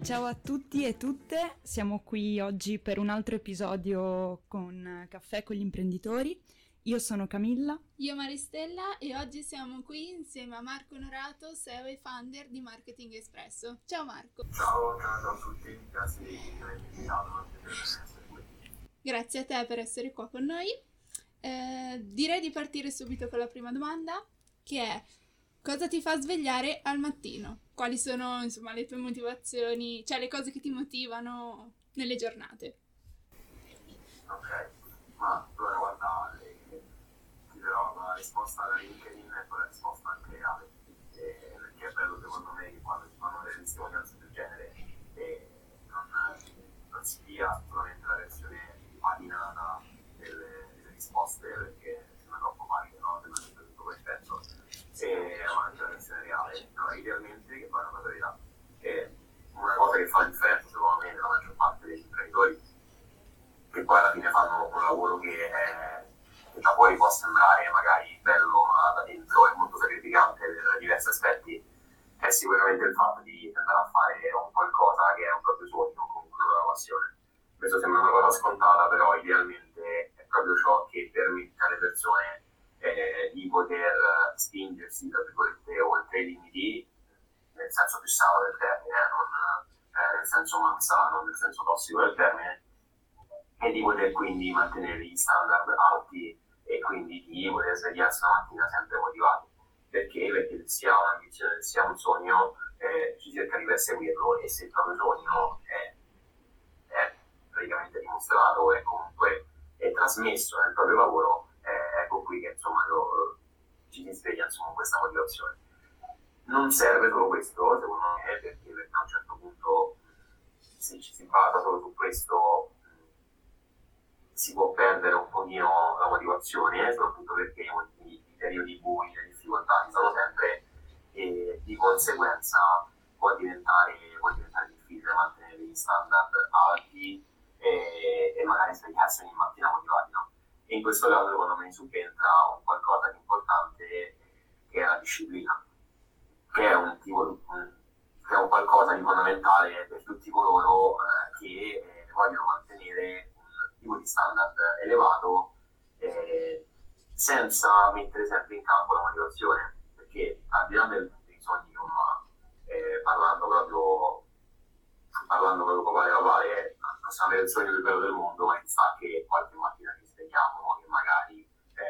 Ciao a tutti e tutte, siamo qui oggi per un altro episodio con Caffè con gli imprenditori. Io sono Camilla. Io Maristella e oggi siamo qui insieme a Marco Onorato, CEO e founder di Marketing Espresso. Ciao Marco! Ciao a tutti, grazie di avermi invitato per essere qui. Grazie a te per essere qua con noi. Direi di partire subito con la prima domanda, che è: cosa ti fa svegliare al mattino? Quali sono, insomma, le tue motivazioni, cioè le cose che ti motivano nelle giornate? Ok, ma allora guarda, ti darò la risposta da LinkedIn e poi la risposta anche reale, perché è bello secondo me che quando si fanno delle testimonianze del genere non si dia solamente la versione paginata delle risposte, perché sembra troppo facile, no? Sembra sempre tutto perfetto. E anche la versione reale, no, idealmente che fa una verità. E una cosa che fa la differenza secondo me nella maggior parte degli imprenditori, che poi alla fine fanno un lavoro che da fuori può sembrare magari bello, ma da dentro è molto sacrificante per diversi aspetti, è sicuramente il fatto di andare a fare un qualcosa che è un proprio sogno, comunque una propria passione. Questo sembra una cosa scontata, però idealmente è proprio ciò che permette alle persone di poter spingersi, tra virgolette, oltre i limiti, nel senso più sano del termine, non nel senso malsano, nel senso tossico del termine, e di poter quindi mantenere gli standard alti e quindi di poter svegliarsi la mattina sempre motivati. Perché? Perché sia un'ambizione, sia un sogno, ci cerca di perseguirlo, e se il proprio sogno è praticamente dimostrato e comunque è trasmesso nel proprio lavoro, ecco qui che insomma ci si sveglia insomma questa motivazione. Non serve solo questo, secondo me, perché a un certo punto se ci si basa solo su questo si può perdere un pochino la motivazione, soprattutto perché i periodi bui, le difficoltà ci sono sempre, e di conseguenza può diventare difficile mantenere degli standard alti e magari svegliarsi ogni mattina motivati, no? E in questo caso secondo me subentra un qualcosa di importante, che è la disciplina, che è che è un qualcosa di fondamentale per tutti coloro che vogliono mantenere un tipo di standard elevato, senza mettere sempre in campo la motivazione, perché al di là dei sogni, parlando proprio papale papale, possiamo avere il sogno più bello del mondo, ma ci sta che qualche mattina ci svegliamo e magari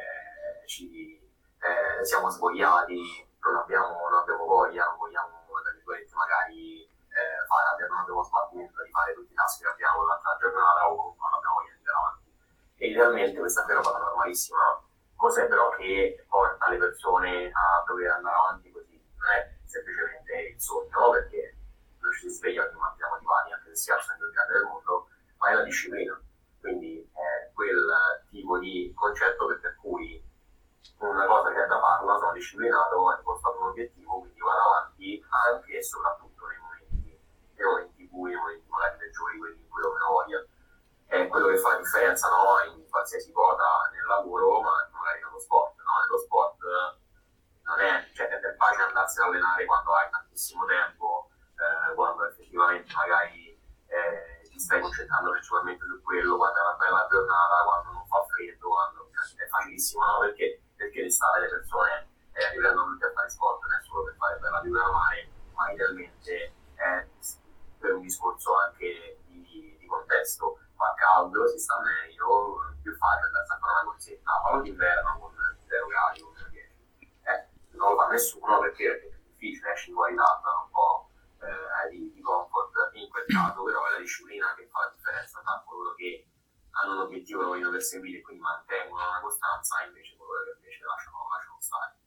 siamo svogliati, non abbiamo voglia, non vogliamo, tra virgolette, magari non abbiamo sbattimento di fare tutti i task che abbiamo durante la giornata, o comunque non abbiamo voglia di andare avanti. E idealmente questa è una cosa normalissima, no? Cos'è però che porta le persone a dover andare avanti così? Non è semplicemente il sogno, no? Perché non ci si sveglia ogni mattina motivati, anche se si ha il sogno più grande del mondo, ma è la disciplina. Quindi è quel tipo di concetto per cui una cosa che è da farla, sono disciplinato, è postato un obiettivo, quindi vado avanti anche e soprattutto nei momenti bui, nei momenti magari peggiori, quelli in cui ho meno voglia. È quello che fa la differenza, no? In qualsiasi cosa, nel lavoro, ma anche magari nello sport, no? Nello sport non è, cioè è facile andarsi ad allenare quando hai tantissimo tempo, quando effettivamente magari ti stai concentrando principalmente su quello, quando è una bella giornata, quando non fa freddo, quando è facilissimo, no? Perché d'estate le persone riprendono tutti a fare sport, non è solo per fare bella figura al mare, ma idealmente è per un discorso anche di contesto. Fa caldo, si sta meglio, più facile andarsi a fare una corsetta, fallo d'inverno con 0 gradi, con 10. Non lo fa nessuno perché è più difficile, esci fuori data un po' di comfort. In quel caso però è la disciplina che fa la differenza tra coloro che hanno un obiettivo che vogliono perseguire e quindi mantengono una costanza, invece coloro che invece lasciano stare.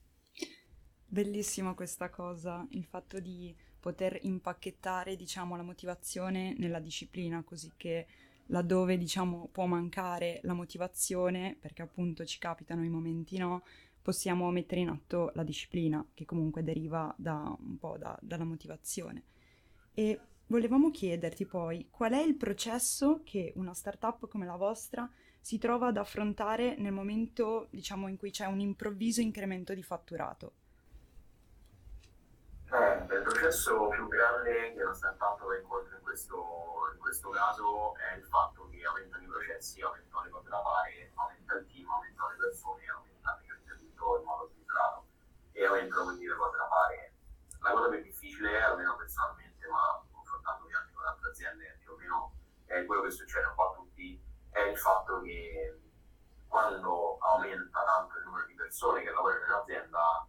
Bellissima questa cosa, il fatto di poter impacchettare, diciamo, la motivazione nella disciplina, così che laddove, diciamo, può mancare la motivazione, perché appunto ci capitano i momenti no, possiamo mettere in atto la disciplina, che comunque deriva da un po' dalla motivazione. E volevamo chiederti poi qual è il processo che una startup come la vostra si trova ad affrontare nel momento, diciamo, in cui c'è un improvviso incremento di fatturato. Guarda, il processo più grande che non sta tanto incontro in questo caso è il fatto che aumentano i processi, aumentano le cose da fare, aumenta il team, aumentano le persone, aumenta tutto in modo smisurato e aumentano quindi le cose da fare. La cosa più difficile, almeno personalmente, ma confrontandomi anche con altre aziende più o meno, è quello che succede un po' a tutti, è il fatto che quando aumenta tanto il numero di persone che lavorano in un'azienda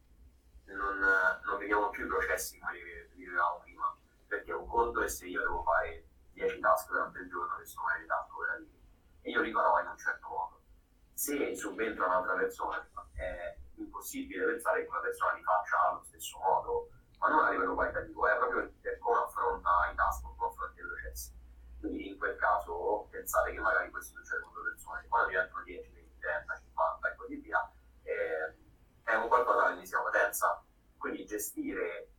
non vediamo più i processi come li vivevamo prima, perché un conto è se io devo fare 10 task durante il giorno che sono magari task operativi e io li farò in un certo modo. Se subentra un'altra persona è impossibile pensare che quella persona li faccia allo stesso modo, ma non a livello qualitativo, è proprio per come affronta i task, come affronta i processi. Quindi in quel caso pensate che magari questo succede con 2 persone, quando diventano 10, 20, 30, 50 e così via, è un qualcosa che iniziamo potenza. Quindi gestire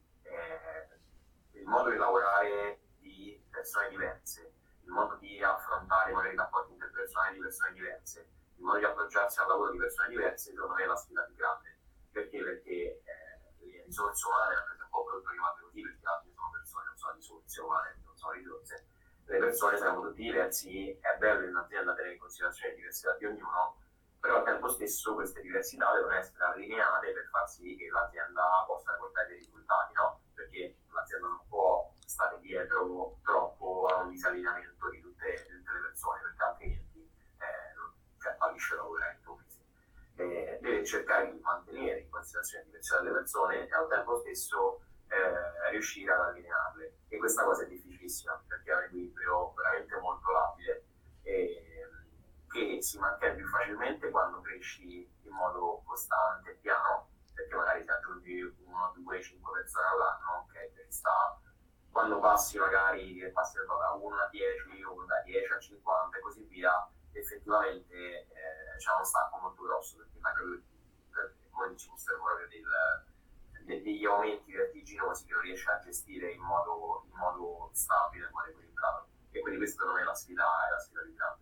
il modo di lavorare di persone diverse, il modo di affrontare magari rapporti interpersonali di persone diverse, il modo di approcciarsi al lavoro di persone diverse, secondo me è la sfida più grande. Perché? Perché le risorse umane, anche se un po' brutto chiamarle così, perché altri sono persone, non sono risorse umane, non sono risorse, le persone siamo tutti diversi, è bello in un'azienda tenere in considerazione le diversità di ognuno, però al tempo stesso queste diversità devono essere allineate per far sì che l'azienda possa portare dei risultati, no? Perché l'azienda non può stare dietro troppo a un disallineamento di tutte le persone, perché altrimenti fallisce il lavoro in un mese. Deve cercare di mantenere in considerazione la diversità delle persone e al tempo stesso riuscire ad allinearle. E questa cosa è difficilissima, perché è un equilibrio veramente molto labile. Che si mantiene più facilmente quando cresci in modo costante e piano, perché magari ti aggiungi 1, 2, 5 persone all'anno, ok, ci sta. Quando passi magari da 1 a 10 o da 10 a 50 e così via, effettivamente c'è uno stacco molto grosso, perché magari, come dicevo, proprio degli aumenti vertiginosi che non riesci a gestire in modo stabile, in modo equilibrato. E quindi questa non è la sfida più grande.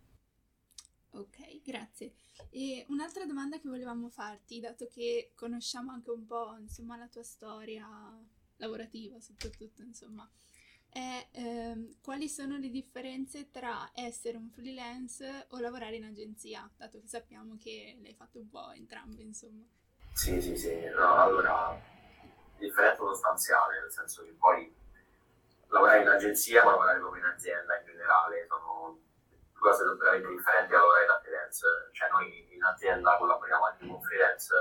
Ok, grazie. E un'altra domanda che volevamo farti, dato che conosciamo anche un po', insomma, la tua storia lavorativa, soprattutto, insomma, è quali sono le differenze tra essere un freelance o lavorare in agenzia, dato che sappiamo che l'hai fatto un po' entrambe, insomma. Sì, no, allora, differenza sostanziale, nel senso che poi lavorare in agenzia, ma lavorare come in azienda in generale, sono cose veramente differenti da lavorare da freelance. Cioè noi in azienda collaboriamo anche con freelance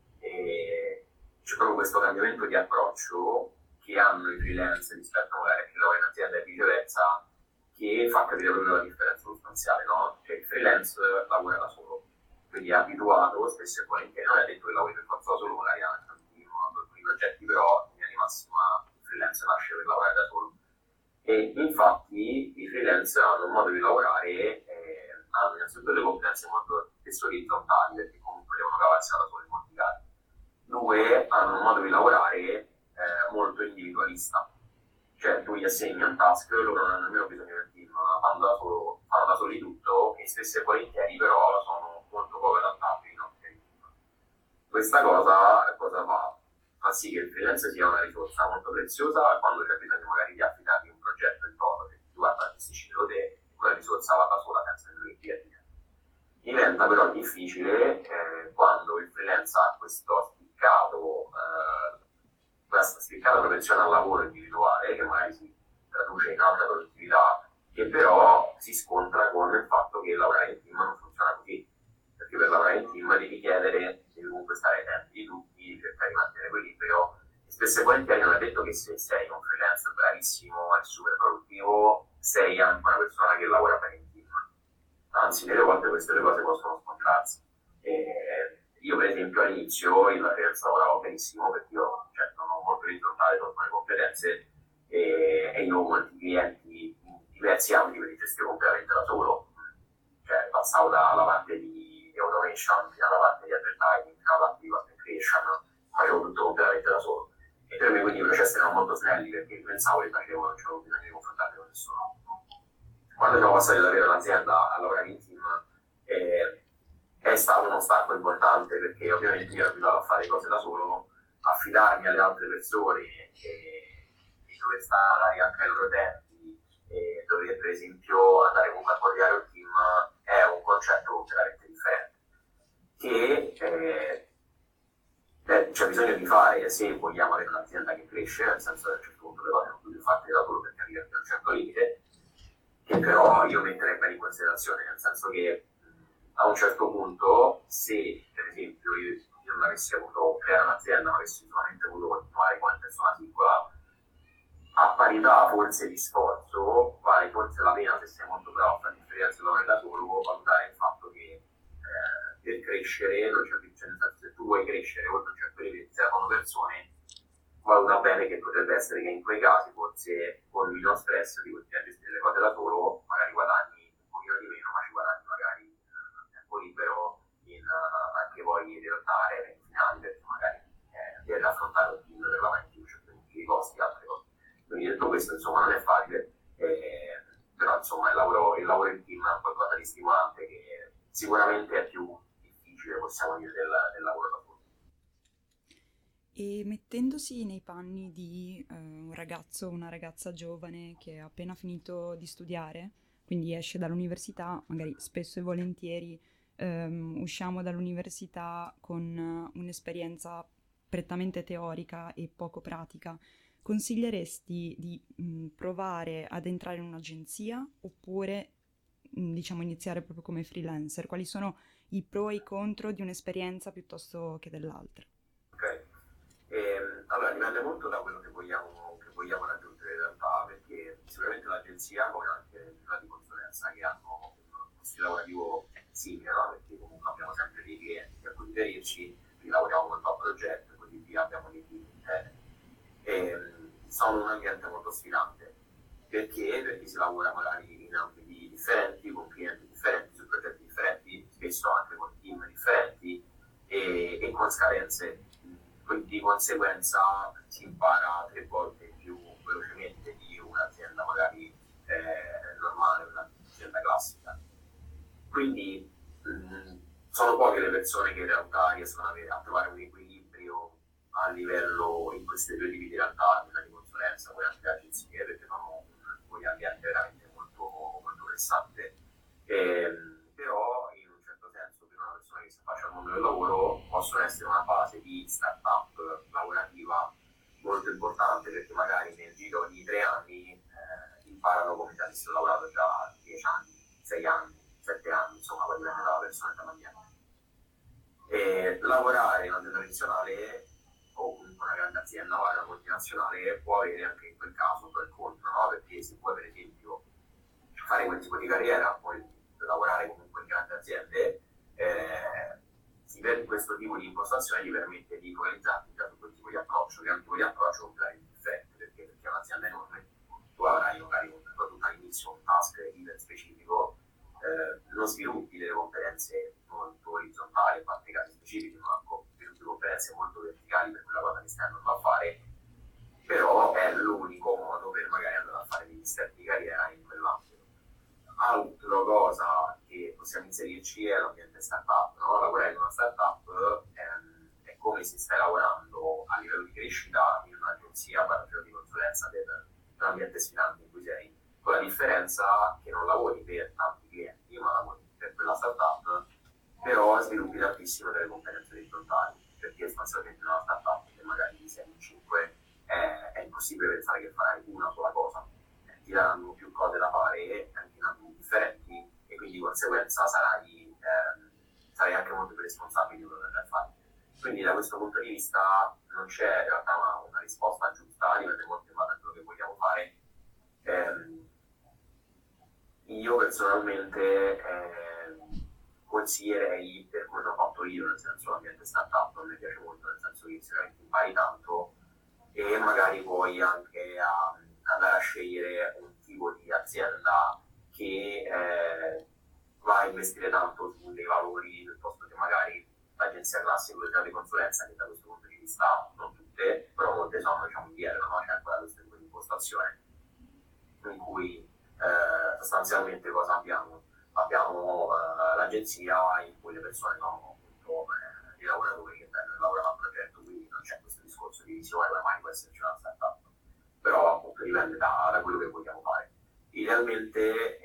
e c'è proprio questo cambiamento di approccio che hanno i freelance rispetto a magari a chi lavora in azienda e viceversa, che fa capire proprio la differenza sostanziale, no? Cioè il freelance lavora da solo, quindi è abituato spesso e volentieri, non è detto che lavori per forza da solo, magari anche un team, alcuni progetti, però in linea di massima il freelance nasce per lavorare da solo. E infatti i freelance hanno un modo di lavorare, hanno innanzitutto le competenze molto spesso orizzontali, perché comunque devono cavarsi da soli in molti casi. 2, hanno un modo di lavorare molto individualista, cioè tu gli assegni un task, loro non hanno nemmeno bisogno del team, fanno da soli tutto e spesso e volentieri però sono molto poco adattabili, no? Questa cosa fa? Fa sì che il freelance sia una risorsa molto preziosa quando c'è bisogno magari di affidargli un progetto in toto, che tu guarda, gestisci te e quella risorsa va da sola senza che lui chieda. Diventa però difficile quando il freelance ha questa spiccata propensione al lavoro individuale, che magari si traduce in alta produttività, che però si scontra con il fatto che lavorare in team non funziona così, perché per lavorare in team devi comunque stare ai tempi di tutti, cercare di mantenere equilibrio, e spesso e volentieri non è detto che se sei un freelance bravissimo e super produttivo sei anche una persona che lavora bene in team, anzi delle volte queste due cose possono scontrarsi. Io per esempio all'inizio in freelance lavoravo benissimo perché io sono molto orizzontale con le competenze e io ho molti clienti in diversi ambiti che li gestivo completamente da solo, cioè passavo dalla parte di automation fino alla parte di advertising, fino alla parte di content creation, facevo tutto completamente da solo. E per me quindi i processi erano molto snelli perché pensavo che facevo, non c'avevo bisogno di confrontarmi con nessuno. Quando siamo passati da avere un'azienda a lavorare in team è stato uno stacco importante perché ovviamente mi ero abituato a fare cose da solo affidarmi alle altre persone e dover stare magari anche ai loro tempi e dover per esempio andare comunque a coordinare un team è un concetto completamente differente che c'è bisogno di fare se vogliamo avere un'azienda che cresce, nel senso che a un certo punto le cose non più fatte da solo perché arriva a un certo limite, che però io metterei bene in considerazione, nel senso che a un certo punto se per esempio io non avessi avuto creare un'azienda, ma avessi solamente voluto continuare come persona singola, a parità forse di sforzo vale forse la pena, se sei molto bravo a fare esperienze da solo, valutare il fatto che per crescere, non c'è, cioè nel senso, se tu vuoi crescere oltre un certo livello ti servono persone, valuta bene che potrebbe essere che in quei casi forse con meno stress di continuare a gestire le cose da solo, magari guadagni un pochino di meno, ma ci guadagni magari in tempo libero, anche poi in realtà aree finali, perché magari devi affrontare un team per la in più, cioè i costi, altre cose. Quindi detto questo, insomma, non è facile, però insomma il lavoro in team è qualcosa di stimolante che sicuramente è più difficile, possiamo dire, del lavoro da solo. E mettendosi nei panni di un ragazzo o una ragazza giovane che ha appena finito di studiare, quindi esce dall'università, magari spesso e volentieri usciamo dall'università con un'esperienza prettamente teorica e poco pratica, consiglieresti di provare ad entrare in un'agenzia oppure diciamo iniziare proprio come freelancer? Quali sono i pro e i contro di un'esperienza piuttosto che dell'altra? Ok. Allora dipende molto da quello che vogliamo raggiungere in realtà, perché sicuramente l'agenzia, come anche la di consulenza, che hanno un stile lavorativo simile, no? Perché comunque abbiamo sempre dei clienti a cui riferirci, quindi lavoriamo molto a progetto e così via, abbiamo dei team interni. Sono un ambiente molto sfidante, perché si lavora magari in ambiti differenti, con clienti differenti, su progetti differenti, spesso anche con team differenti e con scadenze. Quindi di conseguenza si impara 3 volte più velocemente di un'azienda magari normale, un'azienda classica. Quindi sono poche le persone che in realtà riescono a trovare un equilibrio a livello in questi due tipi di realtà, quella di consulenza, poi anche agenzie, perché sono un ambiente veramente molto, molto pressante. Però in un certo senso per una persona che si affaccia al mondo del lavoro possono essere una fase di startup lavorativa molto importante, perché magari nel giro di 3 anni imparano come se avessero lavorato già 10 anni, 6 anni, 7 anni, insomma, poi dipende dalla persona e dall'ambiente. Lavorare in un'azienda tradizionale o comunque una grande azienda o una multinazionale può avere anche in quel caso un bel contro, no? Perché se vuoi per esempio fare quel tipo di carriera, puoi lavorare comunque in grandi aziende, questo tipo di impostazione ti permette di focalizzarti già su quel tipo di approccio, che è un tipo di approccio completamente differente, perché è un'azienda enorme, tu avrai magari soprattutto all'inizio un task iper specifico, non sviluppi delle competenze molto orizzontali, a parte casi specifici, ma sviluppi competenze molto verticali per quella cosa che stai andando a fare, però è l'unico modo per magari andare a fare degli step di carriera in quell'ambito. Altra cosa che possiamo inserirci è l'ambiente startup, no? Lavorare in una startup è come se stai lavorando a livello di crescita in un'agenzia di consulenza per un ambiente sfidante in cui sei, con la differenza che non lavori per tanti clienti, ma lavori per quella startup, però sviluppi tantissimo delle competenze orizzontali, perché sostanzialmente in una startup che magari sei in 5 è impossibile pensare che farai una sola cosa, ti daranno più cose da fare anche in ambiti differenti e quindi di conseguenza sarai anche molto più responsabile di quello che andrai a fare. Quindi da questo punto di vista non c'è in realtà una risposta giusta, dipende molto in base a quello che vogliamo fare. Io personalmente consiglierei, per come l'ho fatto io, nel senso l'ambiente startup mi piace molto, nel senso che sicuramente impari tanto e magari puoi anche andare a scegliere un tipo di azienda che va a investire tanto su dei valori, piuttosto che magari l'agenzia classica di consulenza, che da questo punto di vista non tutte, però molte sono indietro, no? C'è ancora questo tipo di impostazione in cui sostanzialmente cosa abbiamo? Abbiamo l'agenzia in cui le persone sono appunto i lavoratori che vengono a lavorare al progetto, quindi non c'è questo discorso suddivisione come mai può esserci una startup, però appunto dipende da quello che vogliamo fare. Idealmente,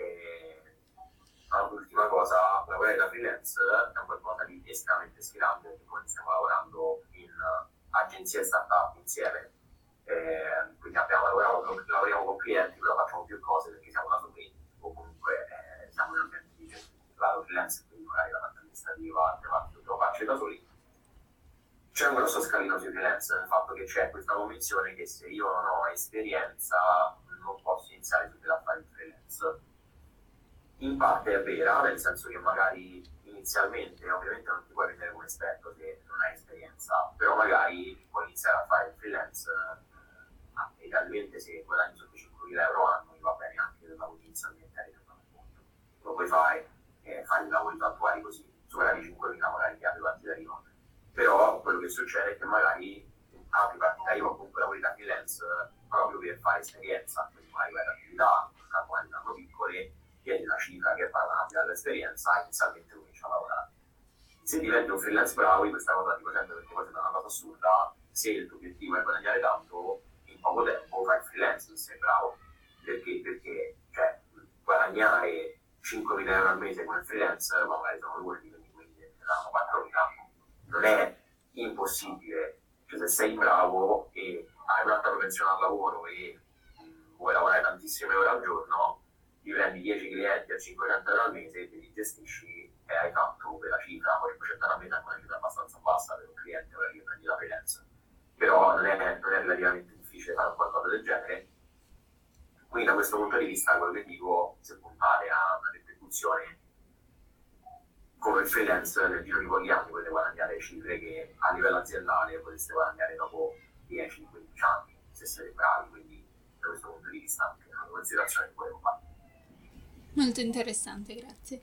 l'ultima cosa, lavorare da freelance è un qualcosa di estremamente sfidante, perché come stiamo lavorando in agenzie e startup insieme, quindi lavoriamo con clienti, però facciamo più cose perché siamo da soli, o comunque siamo in ambienti di freelance, quindi magari la parte amministrativa, altre parti lo faccio da soli. C'è un grosso scalino sui freelance nel fatto che c'è questa convinzione che se io non ho esperienza non posso iniziare subito a fare il freelance. In parte è vera, nel senso che magari inizialmente ovviamente non ti puoi prendere come esperto se non hai esperienza, però magari puoi iniziare a fare il freelance, idealmente se guadagni sotto 5.000 euro l'anno va bene anche per lavori inizialmente lo puoi fare, fai i lavori attuali così, superare i 5.000 magari ti apri partita IVA. Però quello che succede è che magari apri partita IVA o comunque lavori da freelance proprio per fare esperienza, quindi magari vai ad attività, magari danno piccole, chiedi una cifra che è paragonabile all'esperienza e inizialmente cominci a lavorare. Se diventi un freelance bravo, questa cosa dico sempre perché poi sembra una cosa assurda, se il tuo obiettivo è guadagnare tanto, in poco tempo fai il freelance se sei bravo. Perché cioè, guadagnare 5.000 euro al mese come freelance, magari sono 2, quindi saranno 4.000, non è impossibile. Cioè se sei bravo e hai un'alta propensione al lavoro e vuoi lavorare tantissime ore al giorno, ti prendi 10 clienti a 500 euro al mese, te li gestisci e hai fatto quella cifra. Poi 500 euro al mese è una cifra abbastanza bassa per un cliente che prendi la freelance, però non è relativamente difficile fare qualcosa del genere. Quindi da questo punto di vista quello che dico, se puntare a una retribuzione come il freelance nel giro di pochi anni potete guadagnare cifre che a livello aziendale potreste guadagnare dopo 10-15 anni se siete bravi, quindi da questo punto di vista anche una considerazione che volevo fare. Molto interessante, grazie.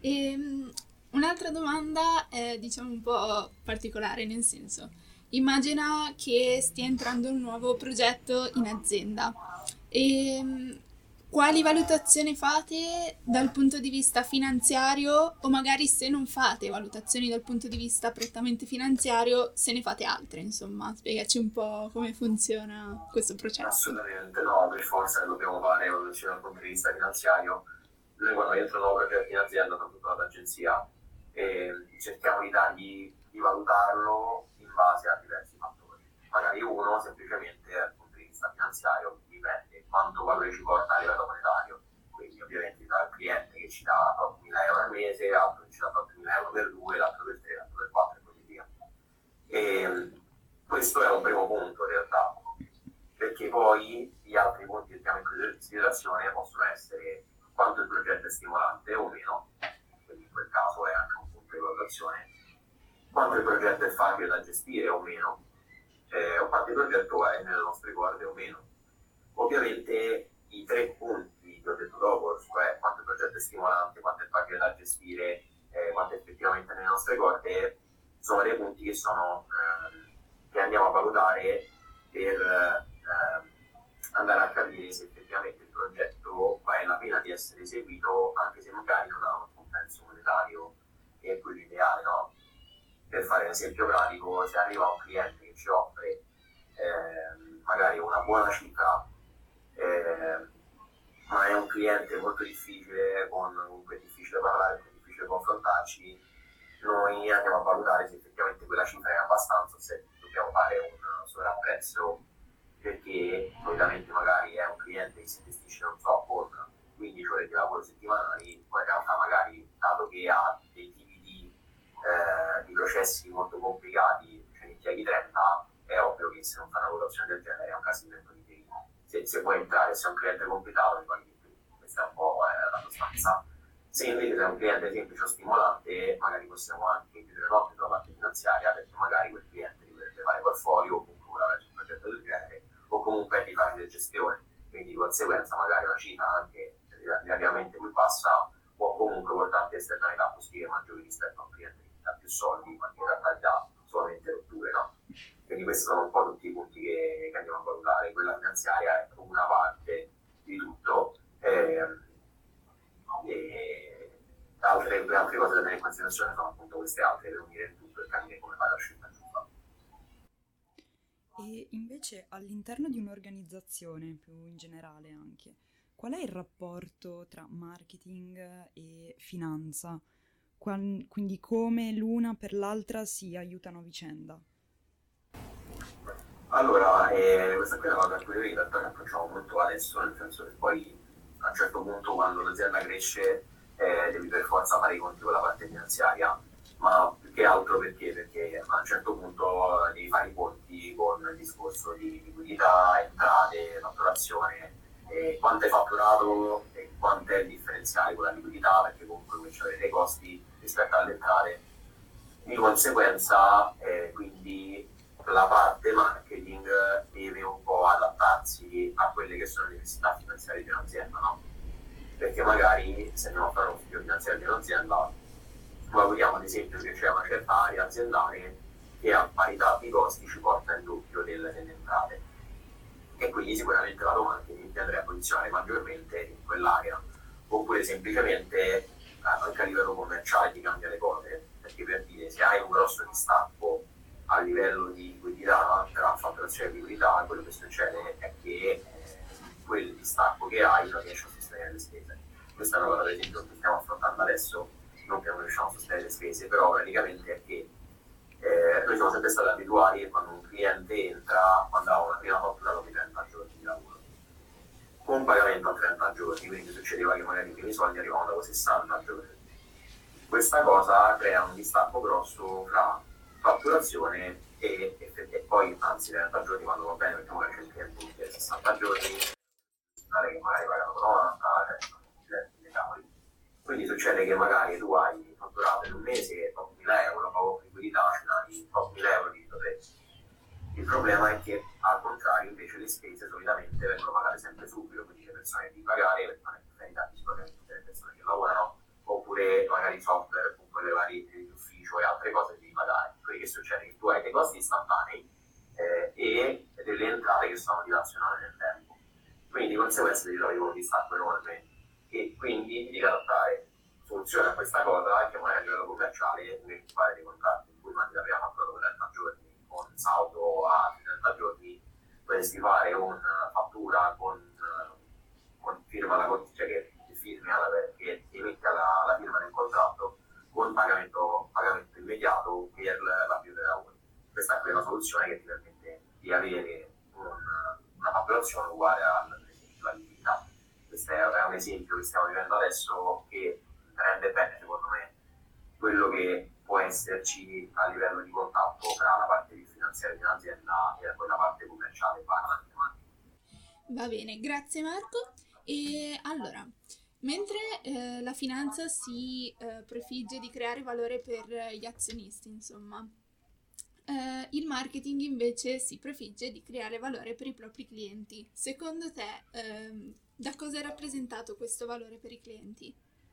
Un'altra domanda è diciamo un po' particolare, nel senso, immagina che stia entrando un nuovo progetto in azienda e quali valutazioni fate dal punto di vista finanziario o magari se non fate valutazioni dal punto di vista prettamente finanziario, se ne fate altre, insomma, spiegaci un po' come funziona questo processo. Assolutamente no, per forza che dobbiamo fare valutazioni dal punto di vista finanziario. Noi quando entra un nuovo progetto in azienda, soprattutto dall'agenzia, cerchiamo di valutarlo in base a diversi fattori. Magari uno semplicemente dal punto di vista finanziario dipende quanto valore ci porta a livello monetario, quindi ovviamente dal cliente che ci dà 8.000 euro al mese, l'altro che ci dà 8.000 euro per 2, l'altro per 3, l'altro per 4 e così via. E questo è un primo punto in realtà, perché poi gli altri punti che abbiamo in considerazione possono essere quanto il progetto è stimolante o meno, quindi in quel caso è anche un punto di valutazione, quanto il progetto è facile da gestire o meno, o quanto il progetto è nelle nostre corde o meno. Ovviamente i 3 punti che ho detto dopo, cioè quanto il progetto è stimolante, quanto è facile da gestire, quanto è effettivamente nelle nostre corde, sono dei punti che andiamo a valutare per andare a capire se effettivamente il progetto vale la pena di essere eseguito, anche se magari non ha un compenso monetario che è quello ideale, no? Per fare un esempio pratico, se arriva un cliente che ci offre magari una buona cifra, ma è un cliente molto difficile, con cui è difficile parlare, con cui è difficile confrontarci, noi andiamo a valutare se effettivamente quella cifra è abbastanza, se dobbiamo fare un sovrapprezzo, perché solitamente magari è un cliente che si gestisce, non so, con 15 ore di lavoro settimanali, poi in realtà magari, dato che ha dei tipi di processi molto complicati, ce ne impieghi 30, è ovvio che se non fa una valutazione del genere è un casino di piedi. Se puoi entrare, se è un cliente complicato, mi paghi di più. Questa è un po' la sostanza. Se invece è un cliente semplice o stimolante, magari possiamo anche chiudere l'occhio sulla parte finanziaria, perché magari quel cliente dovrebbe fare portfolio o comunque lavorare su un progetto del genere, o comunque è di facile gestione, quindi di conseguenza magari una cifra anche relativamente più bassa può comunque portarti a esternalità positive maggiori rispetto a un cliente che ti dà più soldi, ma che in realtà ti dà solamente rotture, no? Quindi questi sono un po' tutti i punti che andiamo a valutare. Quella finanziaria è una parte di tutto, altre cose da tenere in considerazione sono appunto queste altre per unire il tutto e capire come fare la scelta giusta. E invece all'interno di un'organizzazione, più in generale anche, qual è il rapporto tra marketing e finanza? Quindi come l'una per l'altra si aiutano a vicenda? Allora, questa qui è una cosa che noi in realtà ne facciamo molto adesso, nel senso che poi a un certo punto quando l'azienda cresce devi per forza fare i conti con la parte finanziaria, ma più che altro perché? Perché a un certo punto devi fare i conti con il discorso di liquidità, entrate, fatturazione, quanto hai fatturato e quanto è il differenziale con la liquidità, perché comunque cominci ad avere dei costi rispetto alle entrate. Di conseguenza, quindi la parte marketing deve un po' adattarsi a quelle che sono le necessità finanziarie di un'azienda, no? Perché magari se andiamo a fare uno studio finanziario di un'azienda, valutiamo ad esempio che c'è una certa area aziendale che a parità di costi ci porta il doppio delle entrate e quindi sicuramente la marketing ti andrà a posizionare maggiormente in quell'area, oppure semplicemente anche a livello commerciale ti cambia le cose, perché per dire se hai un grosso distacco a livello di liquidità tra fatturazione e liquidità, quello che succede è che quel distacco che hai non riesci a sostenere le spese. Questa è una cosa per esempio che stiamo affrontando adesso, non che non riusciamo a sostenere le spese, però praticamente è che noi siamo sempre stati abituati che quando un cliente entra mandava una prima fattura dopo i 30 giorni di lavoro, con un pagamento a 30 giorni, quindi succedeva che magari i primi soldi arrivavano dopo 60 giorni. Questa cosa crea un distacco grosso tra fatturazione e poi anzi 30 giorni quando va bene perché magari c'è il cliente che 60 giorni che magari pagano 90, le cavoli. Quindi succede che magari tu hai fatturato in un mese 8.000 euro, dopo liquidità ce n'hai 8.000 euro di interesse. Il problema è che al contrario invece le spese solitamente vengono pagate sempre subito, quindi le persone devi pagare, le persone che carità sicuramente le persone che lavorano, oppure magari software, comunque le varie di ufficio e altre cose devi pagare. Quindi che succede? Che tu hai dei costi istantanei e delle entrate che sono dilazionate nel tempo. Quindi di conseguenza ti trovi con un distacco enorme e quindi ti devi adattare. Funziona questa cosa che magari a livello commerciale devi fare dei contratti in cui mandi la prima fattura dopo 30 giorni con saldo a 30 giorni, potresti fare una fattura con firma alla cioè che ti firmi che ti metti la firma nel contratto con pagamento immediato per l'avvio dei lavori. Questa qui è una soluzione che ti permette di avere una fatturazione uguale alla liquidità. Questo è un esempio che stiamo vivendo adesso che rende bene secondo me quello che può esserci a livello di contatto tra la parte di finanziaria di un'azienda e poi la parte commerciale barra matematica. Va bene, grazie Marco. E allora, mentre la finanza si prefigge di creare valore per gli azionisti, insomma, il marketing invece si prefigge di creare valore per i propri clienti. Secondo te, da cosa è rappresentato questo valore per i clienti?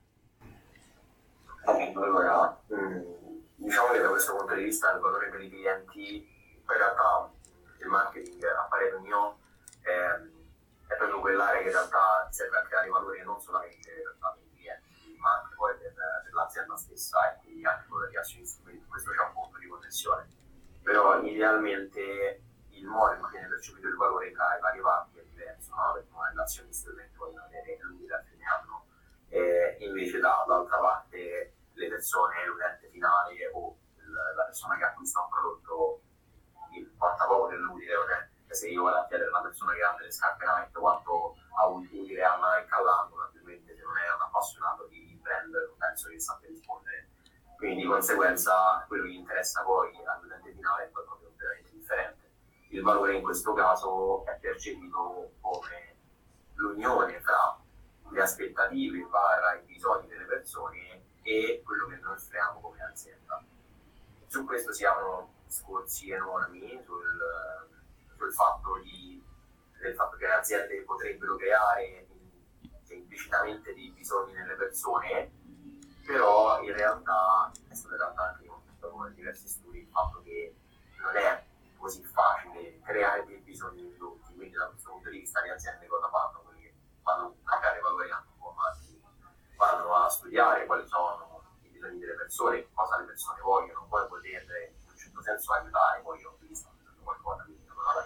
Allora, diciamo che da questo punto di vista il valore per i clienti, in realtà il marketing a parere mio è proprio quell'area che in realtà serve a creare valore non solamente per i clienti, ma anche poi per l'azienda stessa e quindi anche per gli azionisti, quindi questo c'è un punto di connessione. Però idealmente il modo in cui viene percepito il valore tra i vari parti è diverso, no? Perché magari l'azionista ovviamente vogliono avere l'utile a fine anno, invece dall'altra parte le persone, l'utente finale o la persona che acquista un prodotto importa poco dell'utile, okay? Se io vado a chiedere alla persona che ha delle scarpe Nike quanto ha un utile a Nike all'anno, naturalmente se non è un appassionato di brand non penso che sappia rispondere. Quindi di conseguenza quello che gli interessa poi all'utente finale è qualcosa di completamente differente. Il valore in questo caso è percepito come l'unione tra le aspettative barra i bisogni delle persone e quello che noi offriamo come azienda. Su questo si aprono discorsi enormi sul fatto che le aziende potrebbero creare implicitamente dei bisogni nelle persone, però in realtà è stato in realtà anche dimostrato in diversi studi il fatto che non è così facile creare dei bisogni indotti, quindi da questo punto di vista le aziende cosa fanno? Quelli che vanno a creare valore anche un po' avanti, vanno a studiare quali sono i bisogni delle persone, cosa le persone vogliono, poi poter in un certo senso aiutare, poi io ho visto qualcosa, quindi non alla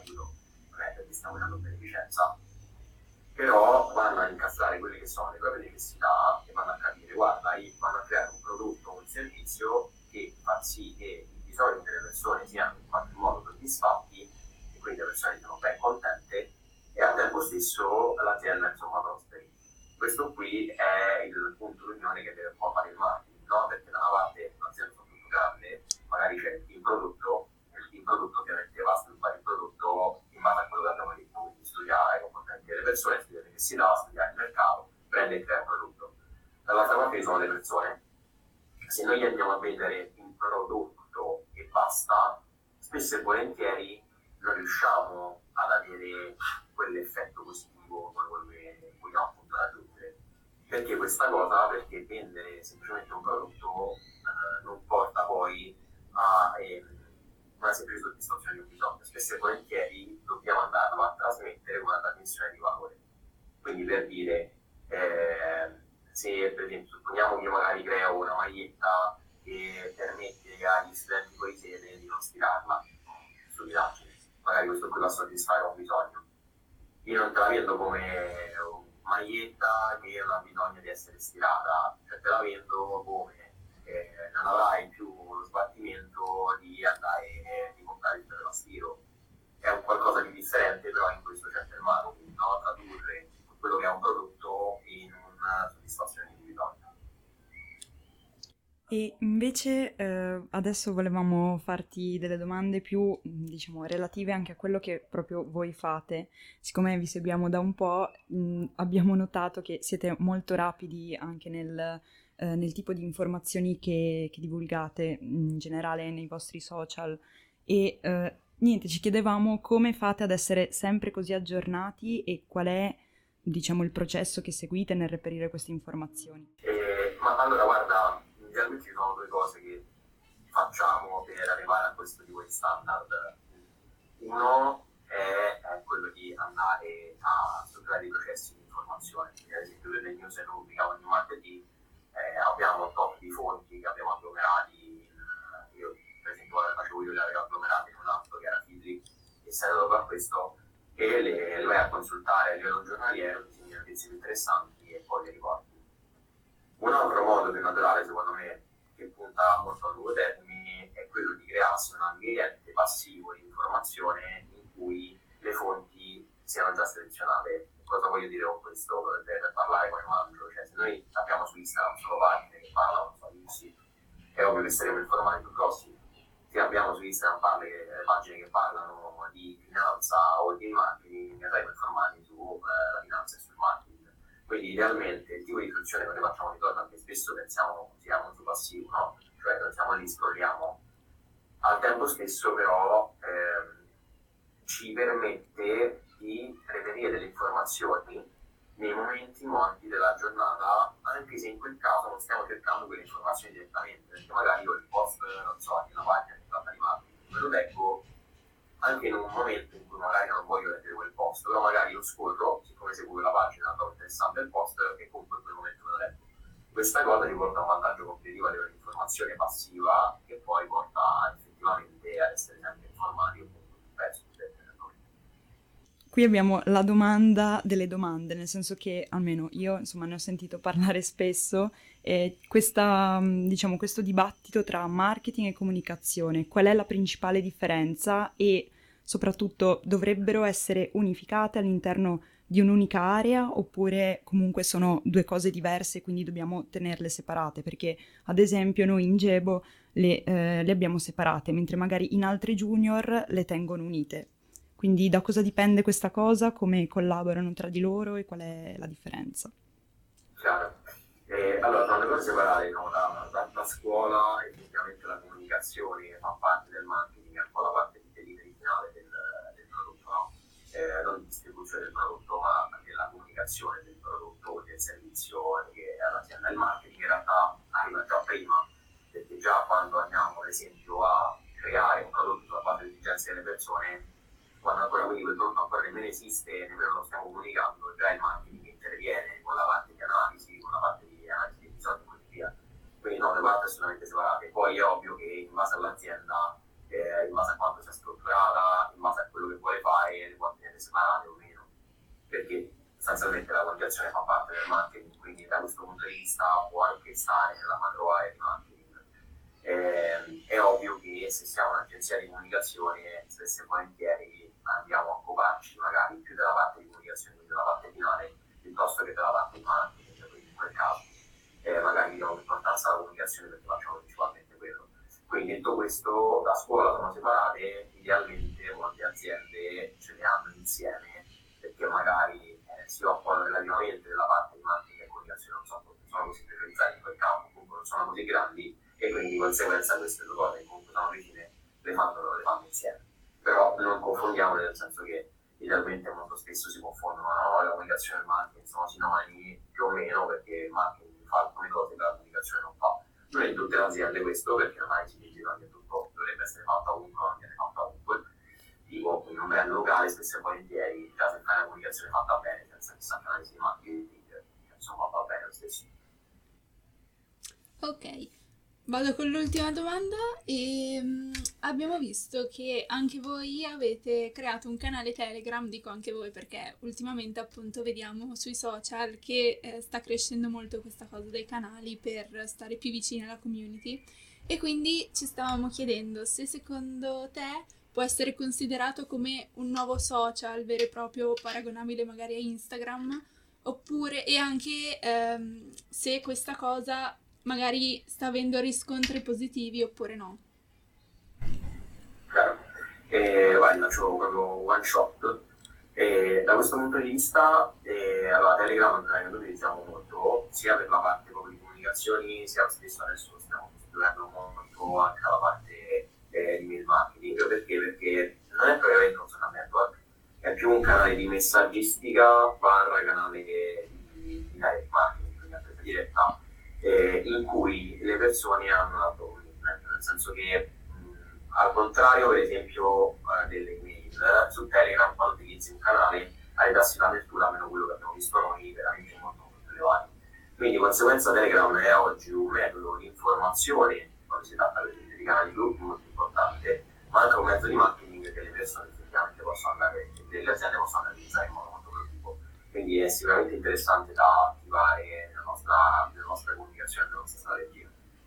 però vanno a incastrare quelle che sono le proprie necessità e vanno a capire, guarda, vanno a creare un prodotto o un servizio che fa sì che i bisogni delle persone siano in qualche modo soddisfatti e quindi le persone siano ben contente e al tempo stesso l'azienda insomma prosperi. Questo qui è il punto d'unione che deve un po' fare il marketing, no? Perché da una parte l'azienda è molto grande, magari c'è il team prodotto, e il team prodotto ovviamente va a sviluppare il prodotto in base a quello che abbiamo detto, quindi studiare i comportamenti delle persone, studiare le necessità, studiare il mercato, prende e crea un prodotto. Dall'altra parte ci sono le persone. Se noi andiamo a vendere un prodotto e basta, spesso e volentieri non riusciamo ad avere quell'effetto positivo come quello che vogliamo appunto raggiungere. Perché questa cosa? Perché vendere semplicemente un prodotto non porta poi a una semplice soddisfazione di un bisogno. Spesso e volentieri dobbiamo andarlo a trasmettere con una trasmissione di valore. Quindi per dire, se per esempio supponiamo che io magari creo una maglietta che permette agli studenti fuori sede di non stirarla, stupidaggine, magari questo qui va a soddisfare un bisogno. Io non te la vendo come maglietta che non ha bisogno di essere stirata, cioè te la vendo come non avrai più lo sbattimento di andare di comprare il stiro. È un qualcosa di differente, però in questo c'è il marketing, no? Tradurre quello che è un prodotto in una soddisfazione di bisogno. E invece adesso volevamo farti delle domande più, diciamo, relative anche a quello che proprio voi fate. Siccome vi seguiamo da un po', abbiamo notato che siete molto rapidi anche nel tipo di informazioni che divulgate in generale nei vostri social. E niente, ci chiedevamo come fate ad essere sempre così aggiornati e qual è, diciamo, il processo che seguite nel reperire queste informazioni. Ma allora, guarda, inizialmente ci sono due cose che facciamo per arrivare a questo tipo di standard. Uno è quello di andare a strutturare i processi di informazione. Quindi, ad esempio, per le news che pubblichiamo ogni martedì abbiamo un top di fonti che abbiamo agglomerati. Io, per esempio, facevo io le avevo agglomerate in un altro che era Fidli, e serve proprio a questo, e le vai a consultare a livello giornaliero, ti segni notizie interessanti e poi le riporti. Un altro modo più naturale, secondo me, che punta molto a lungo termine, è quello di crearsi un ambiente passivo di informazione in cui le fonti siano già selezionate. Cosa voglio dire con questo? Per parlare con il mangio, cioè se noi abbiamo su Instagram solo pagine che parlano di Lucy, è ovvio che saremo informati più grossi. Se abbiamo su Instagram pagine che parlano di finanza o di marketing, saremo informati sulla finanza e sul marketing. Quindi idealmente il tipo di istruzione che noi facciamo ritorno a che spesso pensiamo sia molto passivo, no? Cioè pensiamo lì, scrolliamo. Al tempo stesso però ci permette di reperire delle informazioni nei momenti morti della giornata, anche se in quel caso non stiamo cercando quelle informazioni direttamente, perché magari io il post, non so, di una pagina che tratta di marketing, me lo leggo anche in un momento in cui magari non voglio leggere quel post, però magari lo scorro, siccome seguo quella pagina, trovo interessante il post e comunque in quel momento me lo leggo. Questa cosa ti porta a un vantaggio competitivo a livello di informazione passiva che poi porta effettivamente ad essere sempre informati un po' più presto. Qui abbiamo la domanda delle domande, nel senso che almeno io, insomma, ne ho sentito parlare spesso e diciamo, questo dibattito tra marketing e comunicazione, qual è la principale differenza e soprattutto dovrebbero essere unificate all'interno di un'unica area oppure comunque sono due cose diverse e quindi dobbiamo tenerle separate? Perché ad esempio noi in Gebo le abbiamo separate, mentre magari in altri junior le tengono unite. Quindi da cosa dipende questa cosa, come collaborano tra di loro e qual è la differenza? Chiaro. Allora, sono due cose separate, no? Da scuola effettivamente la comunicazione fa parte del marketing, è un po' la parte di delivery finale del prodotto, no? Non di distribuzione del prodotto, ma della comunicazione del prodotto, del servizio che all'azienda. Il marketing in realtà arriva già prima, perché già quando andiamo ad esempio a creare un prodotto sulla base delle esigenze delle persone, quando ancora quindi quel prodotto ancora nemmeno esiste, nemmeno lo stiamo comunicando, già il marketing interviene con la parte di analisi, con la parte di analisi dei bisogni e così via. Quindi no, le parti assolutamente separate. Poi è ovvio che in base all'azienda, in base a quanto sia strutturata, in base a quello che vuole fare, le può tenere separate o meno. Perché sostanzialmente la comunicazione fa parte del marketing, quindi da questo punto di vista può anche stare nella macro area di marketing. È ovvio che se siamo un'agenzia di comunicazione, spesso e volentieri andiamo a occuparci magari più della parte di comunicazione, quindi della parte finale, piuttosto che della parte di marketing, quindi in quel caso magari diamo l'importanza alla comunicazione perché facciamo principalmente quello. Quindi detto questo, la scuola sono separate, idealmente molte aziende ce le hanno insieme perché magari si occupano relativamente della parte di marketing e comunicazione, non sono così specializzati in quel campo, comunque non sono così grandi e quindi di conseguenza queste due cose comunque sono vicine, le fanno insieme. Però non confondiamo, nel senso che idealmente molto spesso si confondono, no? La comunicazione e il marketing sono sinonimi più o meno perché il marketing fa alcune cose che la comunicazione non fa. Non in tutte le aziende questo, perché l'analisi digitale è tutto, dovrebbe essere fatta ovunque, non viene fatta ovunque. Tipo, in un brand locale spesso e volentieri, già se fai una comunicazione fatta bene, senza chissà che analisi di marketing, insomma va bene lo stesso. Ok, vado con l'ultima domanda e abbiamo visto che anche voi avete creato un canale Telegram, dico anche voi perché ultimamente appunto vediamo sui social che sta crescendo molto questa cosa dei canali per stare più vicini alla community e quindi ci stavamo chiedendo se secondo te può essere considerato come un nuovo social vero e proprio, paragonabile magari a Instagram, oppure e anche se questa cosa magari sta avendo riscontri positivi oppure no. Chiaro. Vai, faccio proprio one shot. Da questo punto di vista, allora Telegram è un canale che noi utilizziamo molto, sia per la parte proprio di comunicazioni, sia spesso adesso lo stiamo costruendo molto anche alla parte di mail marketing, perché non è propriamente un social network, è più un canale di messaggistica barra canale di direct marketing, quindi a presa diretta, in cui le persone hanno la loro commitment, nel senso che al contrario per esempio delle email, su Telegram quando utilizzi un canale hai tassi di apertura meno quello che abbiamo visto noi veramente molto molto elevati. Quindi di conseguenza Telegram è oggi un metodo di informazione, quando si tratta per esempio di canali gruppi, molto importante, ma anche un mezzo di marketing che le persone effettivamente possono andare, delle aziende possono analizzare in modo molto produttivo. Quindi è sicuramente interessante da attivare nella nostra comunicazione, nella nostra strategia.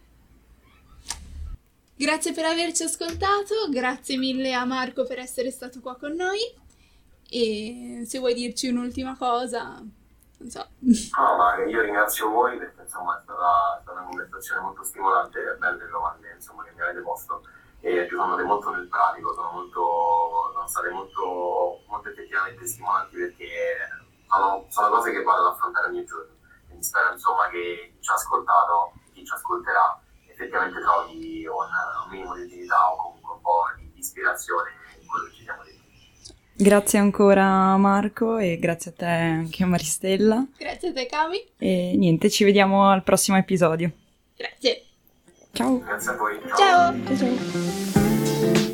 Grazie per averci ascoltato, grazie mille a Marco per essere stato qua con noi e se vuoi dirci un'ultima cosa, non so. No, ma io ringrazio voi perché insomma è stata una conversazione molto stimolante e belle le domande insomma, che mi avete posto e ci sono andate molto nel pratico, sono state molto effettivamente stimolanti perché sono cose che vado ad affrontare ogni giorno. Quindi spero insomma che chi ci ha ascoltato, chi ci ascolterà, effettivamente trovi un minimo di utilità o comunque un po' di ispirazione in quello che ci siamo detti. Grazie ancora Marco e grazie a te anche a Maristella. Grazie a te Cami. E niente, ci vediamo al prossimo episodio. Grazie. Ciao. Grazie a voi. Ciao. Ciao.